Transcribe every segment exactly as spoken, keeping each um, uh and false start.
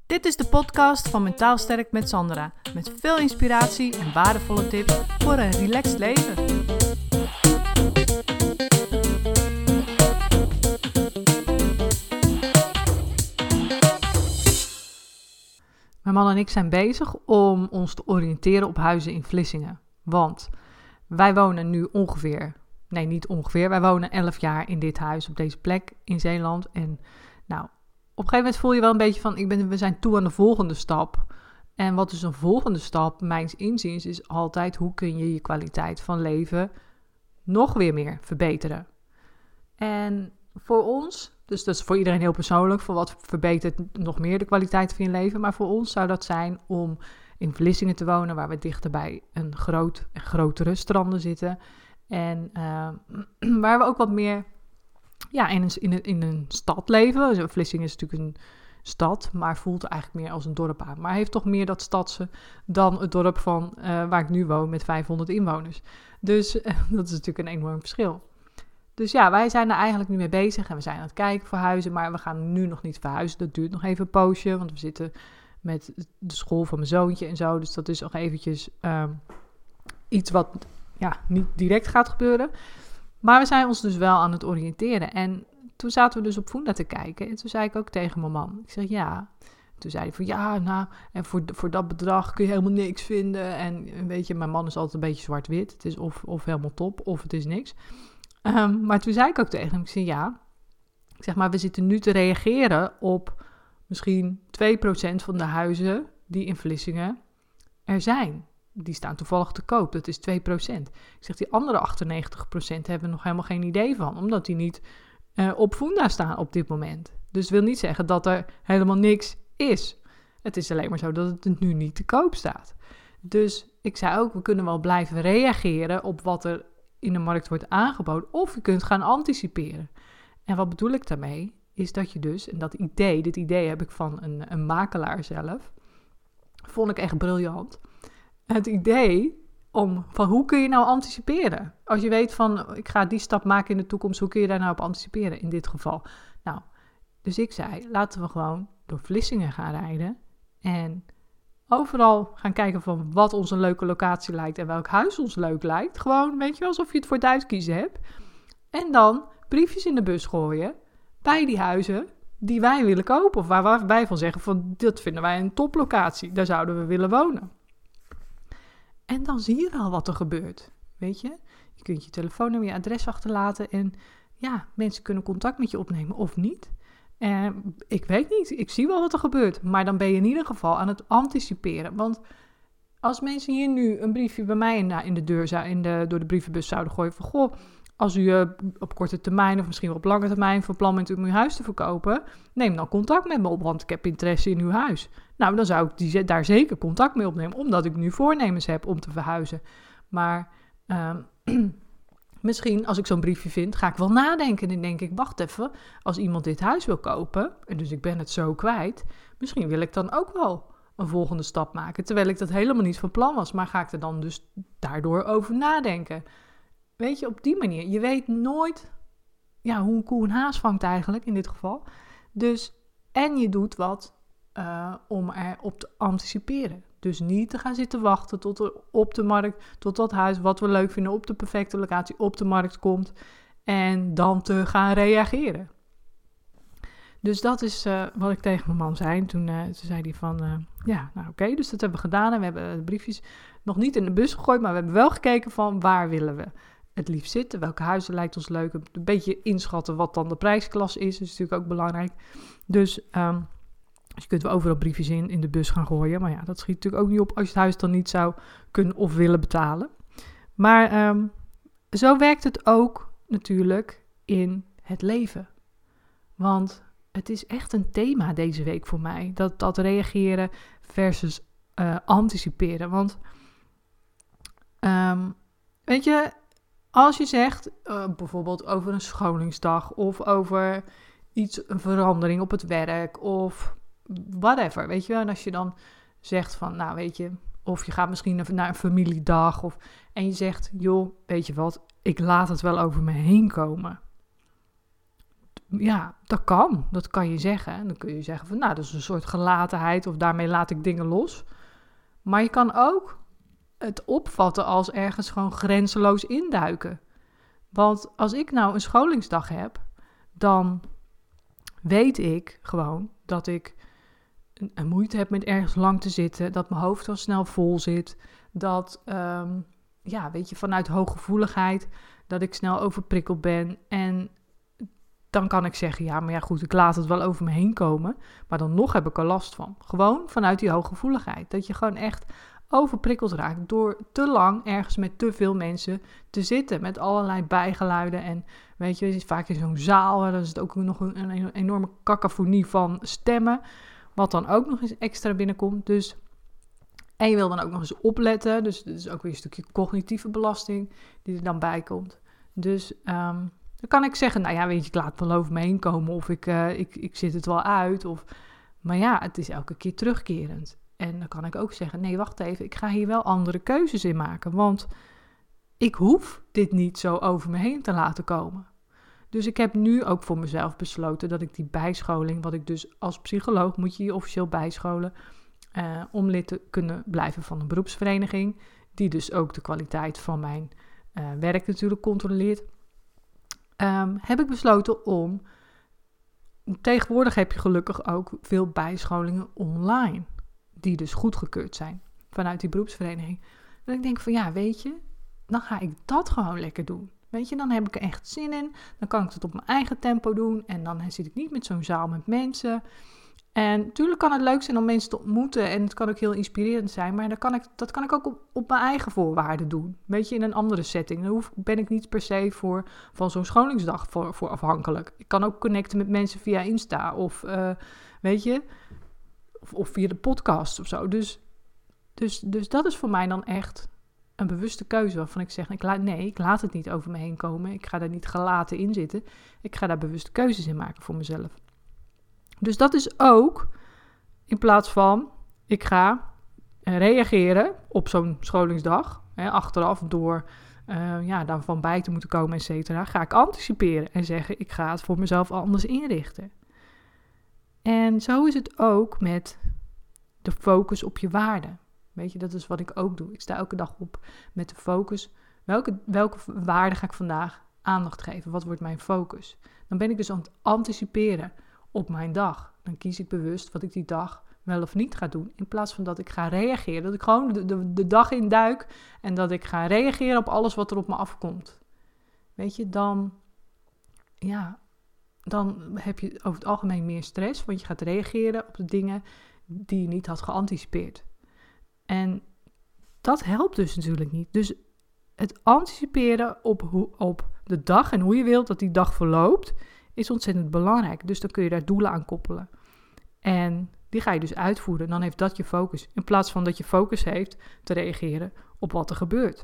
Dit is de podcast van Mentaal Sterk met Sandra. Met veel inspiratie en waardevolle tips voor een relaxed leven. Mijn man en ik zijn bezig om ons te oriënteren op huizen in Vlissingen. Want wij wonen nu ongeveer, nee niet ongeveer, wij wonen elf jaar in dit huis op deze plek in Zeeland. En nou, op een gegeven moment voel je wel een beetje van, ik ben, we zijn toe aan de volgende stap. En wat is een volgende stap, mijns inziens, is altijd hoe kun je je kwaliteit van leven nog weer meer verbeteren. En voor ons, dus dat is voor iedereen heel persoonlijk, voor wat verbetert nog meer de kwaliteit van je leven. Maar voor ons zou dat zijn om in Vlissingen te wonen, waar we dichter bij een groot en grotere stranden zitten. En uh, waar we ook wat meer ja, in, een, in, een, in een stad leven. Dus Vlissingen is natuurlijk een stad, maar voelt eigenlijk meer als een dorp aan. Maar heeft toch meer dat stadse dan het dorp van uh, waar ik nu woon met vijfhonderd inwoners. Dus uh, dat is natuurlijk een enorm verschil. Dus ja, wij zijn er eigenlijk nu mee bezig en we zijn aan het kijken voor huizen, maar we gaan nu nog niet verhuizen. Dat duurt nog even een poosje, want we zitten met de school van mijn zoontje en zo. Dus dat is nog eventjes uh, iets wat ja, niet direct gaat gebeuren. Maar we zijn ons dus wel aan het oriënteren. En toen zaten we dus op Funda te kijken. En toen zei ik ook tegen mijn man. Ik zeg ja. Toen zei hij van ja, nou, en voor, voor dat bedrag kun je helemaal niks vinden. En weet je, mijn man is altijd een beetje zwart-wit. Het is of, of helemaal top, of het is niks. Um, maar toen zei ik ook tegen hem, ik zei ja. Ik zeg maar, we zitten nu te reageren op misschien twee procent van de huizen die in Vlissingen er zijn. Die staan toevallig te koop, dat is twee procent. Ik zeg, die andere achtennegentig procent hebben we nog helemaal geen idee van, omdat die niet uh, op Funda staan op dit moment. Dus wil niet zeggen dat er helemaal niks is. Het is alleen maar zo dat het nu niet te koop staat. Dus ik zei ook, we kunnen wel blijven reageren op wat er in de markt wordt aangeboden, of je kunt gaan anticiperen. En wat bedoel ik daarmee? Is dat je dus, en dat idee, dit idee heb ik van een, een makelaar zelf, vond ik echt briljant. Het idee om, van hoe kun je nou anticiperen? Als je weet van, ik ga die stap maken in de toekomst, hoe kun je daar nou op anticiperen in dit geval? Nou, dus ik zei, laten we gewoon door Vlissingen gaan rijden en overal gaan kijken van wat ons een leuke locatie lijkt en welk huis ons leuk lijkt. Gewoon, weet je wel, alsof je het voor het uitkiezen hebt. En dan briefjes in de bus gooien bij die huizen die wij willen kopen. Of waar wij van zeggen van, dat vinden wij een toplocatie, daar zouden we willen wonen. En dan zie je wel wat er gebeurt, weet je. Je kunt je telefoonnummer, je adres achterlaten en ja, mensen kunnen contact met je opnemen of niet. En ik weet niet, ik zie wel wat er gebeurt, maar dan ben je in ieder geval aan het anticiperen. Want als mensen hier nu een briefje bij mij in, in de deur zou, in de, door de brievenbus zouden gooien van, goh, als u uh, op korte termijn of misschien wel op lange termijn van plan bent om uw huis te verkopen, neem dan contact met me op, want ik heb interesse in uw huis. Nou, dan zou ik die, daar zeker contact mee opnemen, omdat ik nu voornemens heb om te verhuizen. Maar uh, misschien als ik zo'n briefje vind, ga ik wel nadenken. En dan denk ik, wacht even, als iemand dit huis wil kopen, en dus ik ben het zo kwijt, misschien wil ik dan ook wel een volgende stap maken. Terwijl ik dat helemaal niet van plan was, maar ga ik er dan dus daardoor over nadenken. Weet je, op die manier. Je weet nooit ja, hoe een koe een haas vangt eigenlijk, in dit geval. Dus, en je doet wat uh, om erop te anticiperen. Dus niet te gaan zitten wachten tot er op de markt, tot dat huis wat we leuk vinden op de perfecte locatie op de markt komt. En dan te gaan reageren. Dus dat is uh, wat ik tegen mijn man zei. Toen, uh, toen zei hij van, uh, ja, nou oké, okay, dus dat hebben we gedaan. En we hebben de briefjes nog niet in de bus gegooid, maar we hebben wel gekeken van waar willen we het liefst zitten. Welke huizen lijkt ons leuk. Een beetje inschatten wat dan de prijsklasse is. Dat is natuurlijk ook belangrijk. Dus, um, dus je kunt wel overal briefjes in, in de bus gaan gooien. Maar ja, dat schiet natuurlijk ook niet op als je het huis dan niet zou kunnen of willen betalen. Maar um, zo werkt het ook natuurlijk in het leven. Want het is echt een thema deze week voor mij. Dat, dat reageren versus uh, anticiperen. Want um, weet je, als je zegt uh, bijvoorbeeld over een scholingsdag of over iets, een verandering op het werk of whatever, weet je wel. En als je dan zegt van, nou weet je, of je gaat misschien naar een familiedag of en je zegt, joh, weet je wat, ik laat het wel over me heen komen. ja, dat kan. Dat kan je zeggen. En dan kun je zeggen van, nou, dat is een soort gelatenheid of daarmee laat ik dingen los. Maar je kan ook het opvatten als ergens gewoon grenzeloos induiken. Want als ik nou een scholingsdag heb, dan weet ik gewoon dat ik een, een moeite heb met ergens lang te zitten, dat mijn hoofd al snel vol zit, dat, um, ja, weet je, vanuit hooggevoeligheid, dat ik snel overprikkeld ben. En dan kan ik zeggen, ja, maar ja goed, ik laat het wel over me heen komen, maar dan nog heb ik er last van. Gewoon vanuit die hooggevoeligheid, dat je gewoon echt overprikkeld raakt door te lang ergens met te veel mensen te zitten, met allerlei bijgeluiden. En weet je, het is vaak in zo'n zaal, dan is het ook nog een, een enorme cacophonie van stemmen, wat dan ook nog eens extra binnenkomt. Dus, en je wil dan ook nog eens opletten, dus dat is ook weer een stukje cognitieve belasting die er dan bij komt. Dus um, dan kan ik zeggen, nou ja, weet je, ik laat het wel over me heen komen, of ik, uh, ik, ik zit het wel uit, of, maar ja, het is elke keer terugkerend. En dan kan ik ook zeggen, nee, wacht even, ik ga hier wel andere keuzes in maken. Want ik hoef dit niet zo over me heen te laten komen. Dus ik heb nu ook voor mezelf besloten dat ik die bijscholing, wat ik dus als psycholoog moet je je officieel bijscholen, uh, om lid te kunnen blijven van een beroepsvereniging, die dus ook de kwaliteit van mijn uh, werk natuurlijk controleert, um, heb ik besloten om, tegenwoordig heb je gelukkig ook veel bijscholingen online, die dus goedgekeurd zijn vanuit die beroepsvereniging. Dat ik denk van, ja, weet je, dan ga ik dat gewoon lekker doen. Weet je, dan heb ik er echt zin in. Dan kan ik het op mijn eigen tempo doen. En dan zit ik niet met zo'n zaal met mensen. En natuurlijk kan het leuk zijn om mensen te ontmoeten. En het kan ook heel inspirerend zijn. Maar dan kan ik, dat kan ik ook op, op mijn eigen voorwaarden doen. Weet je, in een andere setting. Dan hoef, ben ik niet per se voor, van zo'n scholingsdag voor, voor afhankelijk. Ik kan ook connecten met mensen via Insta. Of, uh, weet je... Of, of via de podcast of zo. Dus, dus, dus dat is voor mij dan echt een bewuste keuze waarvan ik zeg, ik laat, nee, ik laat het niet over me heen komen. Ik ga daar niet gelaten in zitten. Ik ga daar bewuste keuzes in maken voor mezelf. Dus dat is ook in plaats van, ik ga reageren op zo'n scholingsdag, hè, achteraf door uh, ja, daarvan bij te moeten komen, et cetera, ga ik anticiperen en zeggen, ik ga het voor mezelf anders inrichten. En zo is het ook met de focus op je waarden. Weet je, dat is wat ik ook doe. Ik sta elke dag op met de focus. Welke, welke waarde ga ik vandaag aandacht geven? Wat wordt mijn focus? Dan ben ik dus aan het anticiperen op mijn dag. Dan kies ik bewust wat ik die dag wel of niet ga doen. In plaats van dat ik ga reageren. Dat ik gewoon de, de, de dag induik en dat ik ga reageren op alles wat er op me afkomt. Weet je, dan... ja... dan heb je over het algemeen meer stress, want je gaat reageren op de dingen die je niet had geanticipeerd. En dat helpt dus natuurlijk niet. Dus het anticiperen op, hoe, op de dag en hoe je wilt dat die dag verloopt, is ontzettend belangrijk. Dus dan kun je daar doelen aan koppelen. En die ga je dus uitvoeren. Dan heeft dat je focus. In plaats van dat je focus heeft te reageren op wat er gebeurt.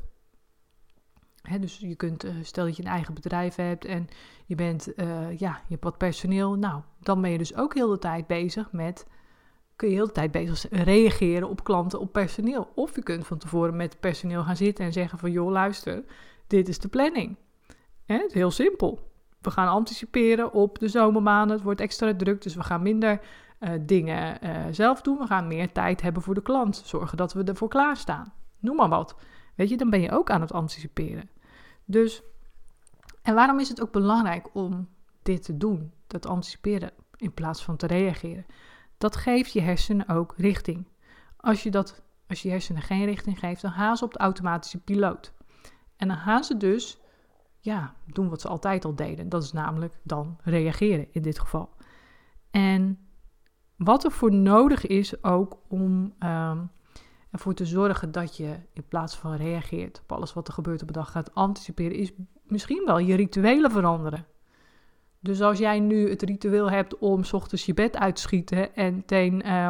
He, dus je kunt, uh, stel dat je een eigen bedrijf hebt en je bent, uh, ja, je hebt wat personeel. Nou, dan ben je dus ook heel de tijd bezig met, kun je heel de tijd bezig zijn, reageren op klanten, op personeel. Of je kunt van tevoren met personeel gaan zitten en zeggen van, joh, luister, dit is de planning. He, het is heel simpel. We gaan anticiperen op de zomermaanden, het wordt extra druk, dus we gaan minder uh, dingen uh, zelf doen. We gaan meer tijd hebben voor de klant, zorgen dat we ervoor klaarstaan. Noem maar wat. Weet je, dan ben je ook aan het anticiperen. Dus, en waarom is het ook belangrijk om dit te doen, dat anticiperen, in plaats van te reageren? Dat geeft je hersenen ook richting. Als je, dat, als je hersenen geen richting geeft, dan gaan ze op de automatische piloot. En dan gaan ze dus, ja, doen wat ze altijd al deden. Dat is namelijk dan reageren in dit geval. En wat er voor nodig is ook om... Um, ervoor te zorgen dat je in plaats van reageert op alles wat er gebeurt op de dag gaat anticiperen, is misschien wel je rituelen veranderen. Dus als jij nu het ritueel hebt om 's ochtends je bed uit te schieten en meteen uh,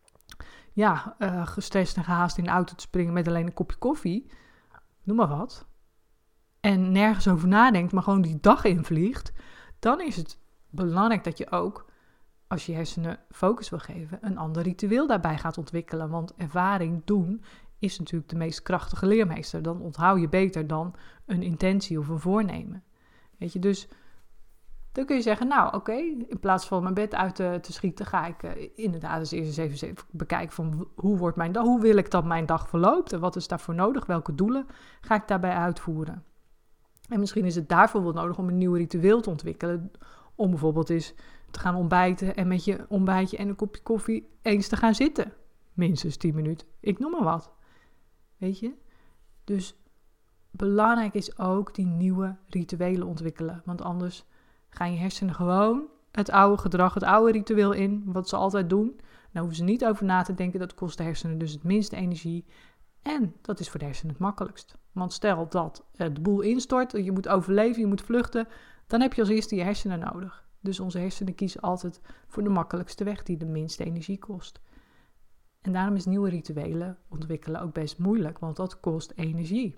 ja, uh, gestrest en gehaast in de auto te springen met alleen een kopje koffie, noem maar wat, en nergens over nadenkt, maar gewoon die dag invliegt, dan is het belangrijk dat je ook, als je hersenen focus wil geven, een ander ritueel daarbij gaat ontwikkelen. Want ervaring doen is natuurlijk de meest krachtige leermeester. Dan onthoud je beter dan een intentie of een voornemen. Weet je, dus Dan kun je zeggen, nou oké, okay, in plaats van mijn bed uit te, te schieten, ga ik uh, inderdaad eens eerst eens even bekijken van hoe wordt mijn dag, hoe wil ik dat mijn dag verloopt en wat is daarvoor nodig, welke doelen ga ik daarbij uitvoeren. En misschien is het daarvoor wel nodig om een nieuw ritueel te ontwikkelen, om bijvoorbeeld eens te gaan ontbijten en met je ontbijtje en een kopje koffie eens te gaan zitten. Minstens tien minuten, ik noem maar wat. Weet je? Dus belangrijk is ook die nieuwe rituelen ontwikkelen, want anders gaan je hersenen gewoon het oude gedrag, het oude ritueel in, wat ze altijd doen. Daar hoeven ze niet over na te denken, dat kost de hersenen dus het minste energie. En dat is voor de hersenen het makkelijkst. Want stel dat de boel instort, je moet overleven, je moet vluchten, dan heb je als eerste je hersenen nodig. Dus onze hersenen kiezen altijd voor de makkelijkste weg die de minste energie kost. En daarom is nieuwe rituelen ontwikkelen ook best moeilijk, want dat kost energie.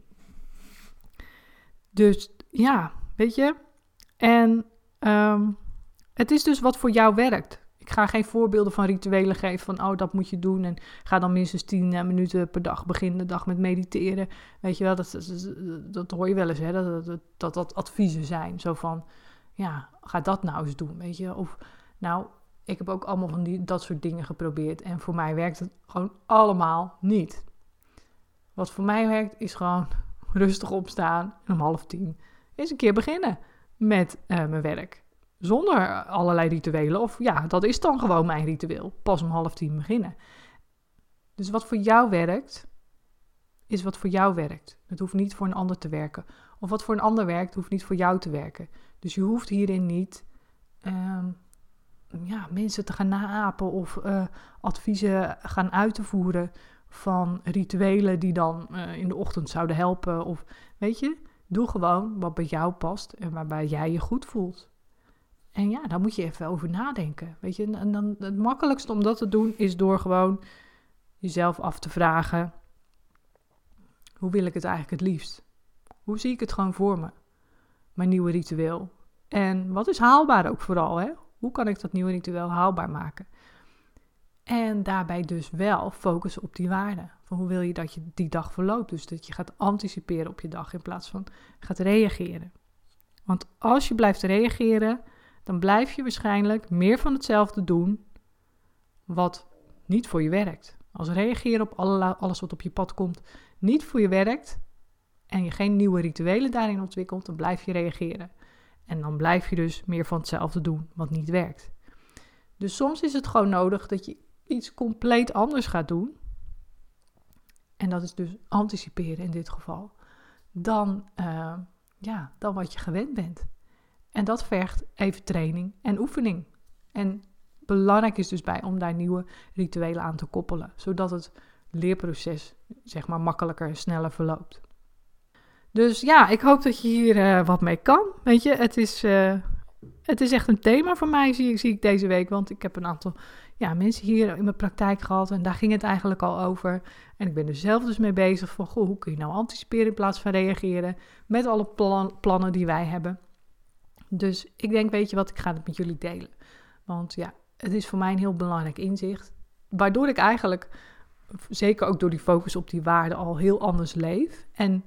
Dus ja, weet je, en um, het is dus wat voor jou werkt. Ik ga geen voorbeelden van rituelen geven van, oh, dat moet je doen en ga dan minstens tien uh, minuten per dag beginnen de dag met mediteren. Weet je wel, dat, dat, dat hoor je wel eens, hè, dat, dat, dat dat adviezen zijn. Zo van, ja, ga dat nou eens doen, weet je. Of, nou, ik heb ook allemaal van die, dat soort dingen geprobeerd en voor mij werkt het gewoon allemaal niet. Wat voor mij werkt is gewoon rustig opstaan en om half tien eens een keer beginnen met uh, mijn werk. Zonder allerlei rituelen. Of ja, dat is dan gewoon mijn ritueel. Pas om half tien beginnen. Dus wat voor jou werkt, is wat voor jou werkt. Het hoeft niet voor een ander te werken. Of wat voor een ander werkt, hoeft niet voor jou te werken. Dus je hoeft hierin niet um, ja, mensen te gaan naapen of uh, adviezen gaan uit te voeren van rituelen die dan uh, in de ochtend zouden helpen. Of weet je, doe gewoon wat bij jou past en waarbij jij je goed voelt. En ja, daar moet je even over nadenken. Weet je, en dan het makkelijkste om dat te doen is door gewoon jezelf af te vragen: hoe wil ik het eigenlijk het liefst? Hoe zie ik het gewoon voor me? Mijn nieuwe ritueel. En wat is haalbaar ook vooral, hè? Hoe kan ik dat nieuwe ritueel haalbaar maken? En daarbij dus wel focussen op die waarden. Van hoe wil je dat je die dag verloopt? Dus dat je gaat anticiperen op je dag in plaats van gaat reageren. Want als je blijft reageren, dan blijf je waarschijnlijk meer van hetzelfde doen wat niet voor je werkt. Als reageren op alle, alles wat op je pad komt niet voor je werkt en je geen nieuwe rituelen daarin ontwikkelt, dan blijf je reageren. En dan blijf je dus meer van hetzelfde doen wat niet werkt. Dus soms is het gewoon nodig dat je iets compleet anders gaat doen. En dat is dus anticiperen in dit geval. Dan, uh, ja, dan wat je gewend bent. En dat vergt even training en oefening. En belangrijk is dus bij om daar nieuwe rituelen aan te koppelen. Zodat het leerproces zeg maar makkelijker en sneller verloopt. Dus ja, ik hoop dat je hier uh, wat mee kan. Weet je, het is, uh, het is echt een thema voor mij, zie ik, zie ik deze week. Want ik heb een aantal ja, mensen hier in mijn praktijk gehad en daar ging het eigenlijk al over. En ik ben er zelf dus mee bezig van, goh, hoe kun je nou anticiperen in plaats van reageren met alle plan- plannen die wij hebben. Dus ik denk, weet je wat, ik ga het met jullie delen. Want ja, het is voor mij een heel belangrijk inzicht. Waardoor ik eigenlijk, zeker ook door die focus op die waarden, al heel anders leef. En,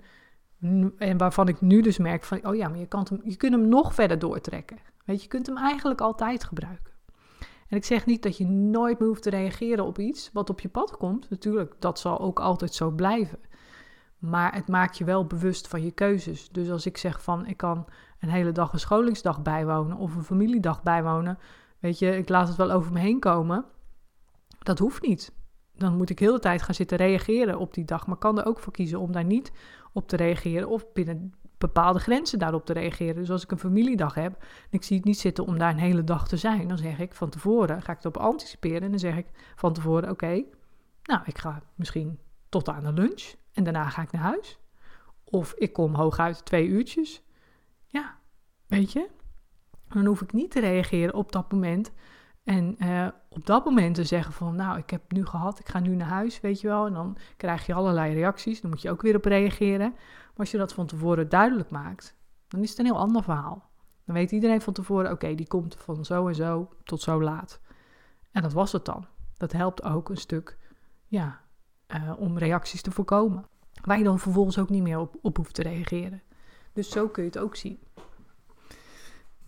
en waarvan ik nu dus merk van, oh ja, maar je, kan hem, je kunt hem nog verder doortrekken. Weet je, je kunt hem eigenlijk altijd gebruiken. En ik zeg niet dat je nooit meer hoeft te reageren op iets wat op je pad komt. Natuurlijk, dat zal ook altijd zo blijven. Maar het maakt je wel bewust van je keuzes. Dus als ik zeg van, ik kan een hele dag een scholingsdag bijwonen of een familiedag bijwonen. Weet je, ik laat het wel over me heen komen. Dat hoeft niet. Dan moet ik heel de tijd gaan zitten reageren op die dag. Maar kan er ook voor kiezen om daar niet op te reageren of binnen bepaalde grenzen daarop te reageren. Dus als ik een familiedag heb en ik zie het niet zitten om daar een hele dag te zijn, dan zeg ik van tevoren, ga ik erop anticiperen en dan zeg ik van tevoren, oké, okay, nou, ik ga misschien tot aan de lunch en daarna ga ik naar huis. Of ik kom hooguit twee uurtjes. Ja, weet je. Dan hoef ik niet te reageren op dat moment. En uh, op dat moment te zeggen van, nou, ik heb het nu gehad, ik ga nu naar huis, weet je wel. En dan krijg je allerlei reacties, dan moet je ook weer op reageren. Maar als je dat van tevoren duidelijk maakt, dan is het een heel ander verhaal. Dan weet iedereen van tevoren, oké, okay, die komt van zo en zo tot zo laat. En dat was het dan. Dat helpt ook een stuk, ja, uh, om reacties te voorkomen. Waar je dan vervolgens ook niet meer op, op hoeft te reageren. Dus zo kun je het ook zien.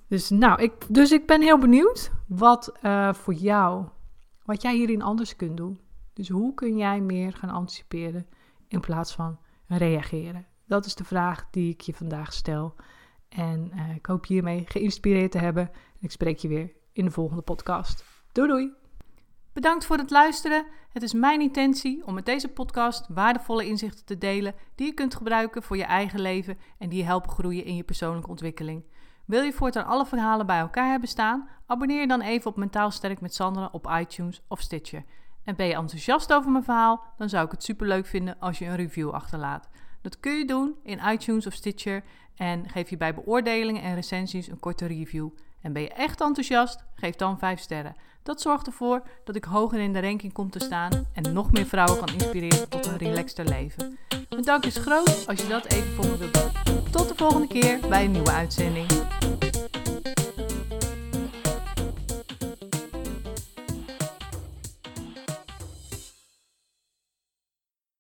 Dus nou, ik, dus ik ben heel benieuwd wat uh, voor jou, wat jij hierin anders kunt doen. Dus hoe kun jij meer gaan anticiperen in plaats van reageren? Dat is de vraag die ik je vandaag stel. En uh, ik hoop je hiermee geïnspireerd te hebben. En ik spreek je weer in de volgende podcast. Doei doei! Bedankt voor het luisteren. Het is mijn intentie om met deze podcast waardevolle inzichten te delen die je kunt gebruiken voor je eigen leven en die je helpen groeien in je persoonlijke ontwikkeling. Wil je voortaan alle verhalen bij elkaar hebben staan? Abonneer je dan even op Mentaal Sterk met Sandra op iTunes of Stitcher. En ben je enthousiast over mijn verhaal? Dan zou ik het superleuk vinden als je een review achterlaat. Dat kun je doen in iTunes of Stitcher en geef je bij beoordelingen en recensies een korte review. En ben je echt enthousiast? Geef dan vijf sterren. Dat zorgt ervoor dat ik hoger in de ranking kom te staan en nog meer vrouwen kan inspireren tot een relaxter leven. Mijn dank is groot als je dat even voor me wilt doen. Tot de volgende keer bij een nieuwe uitzending.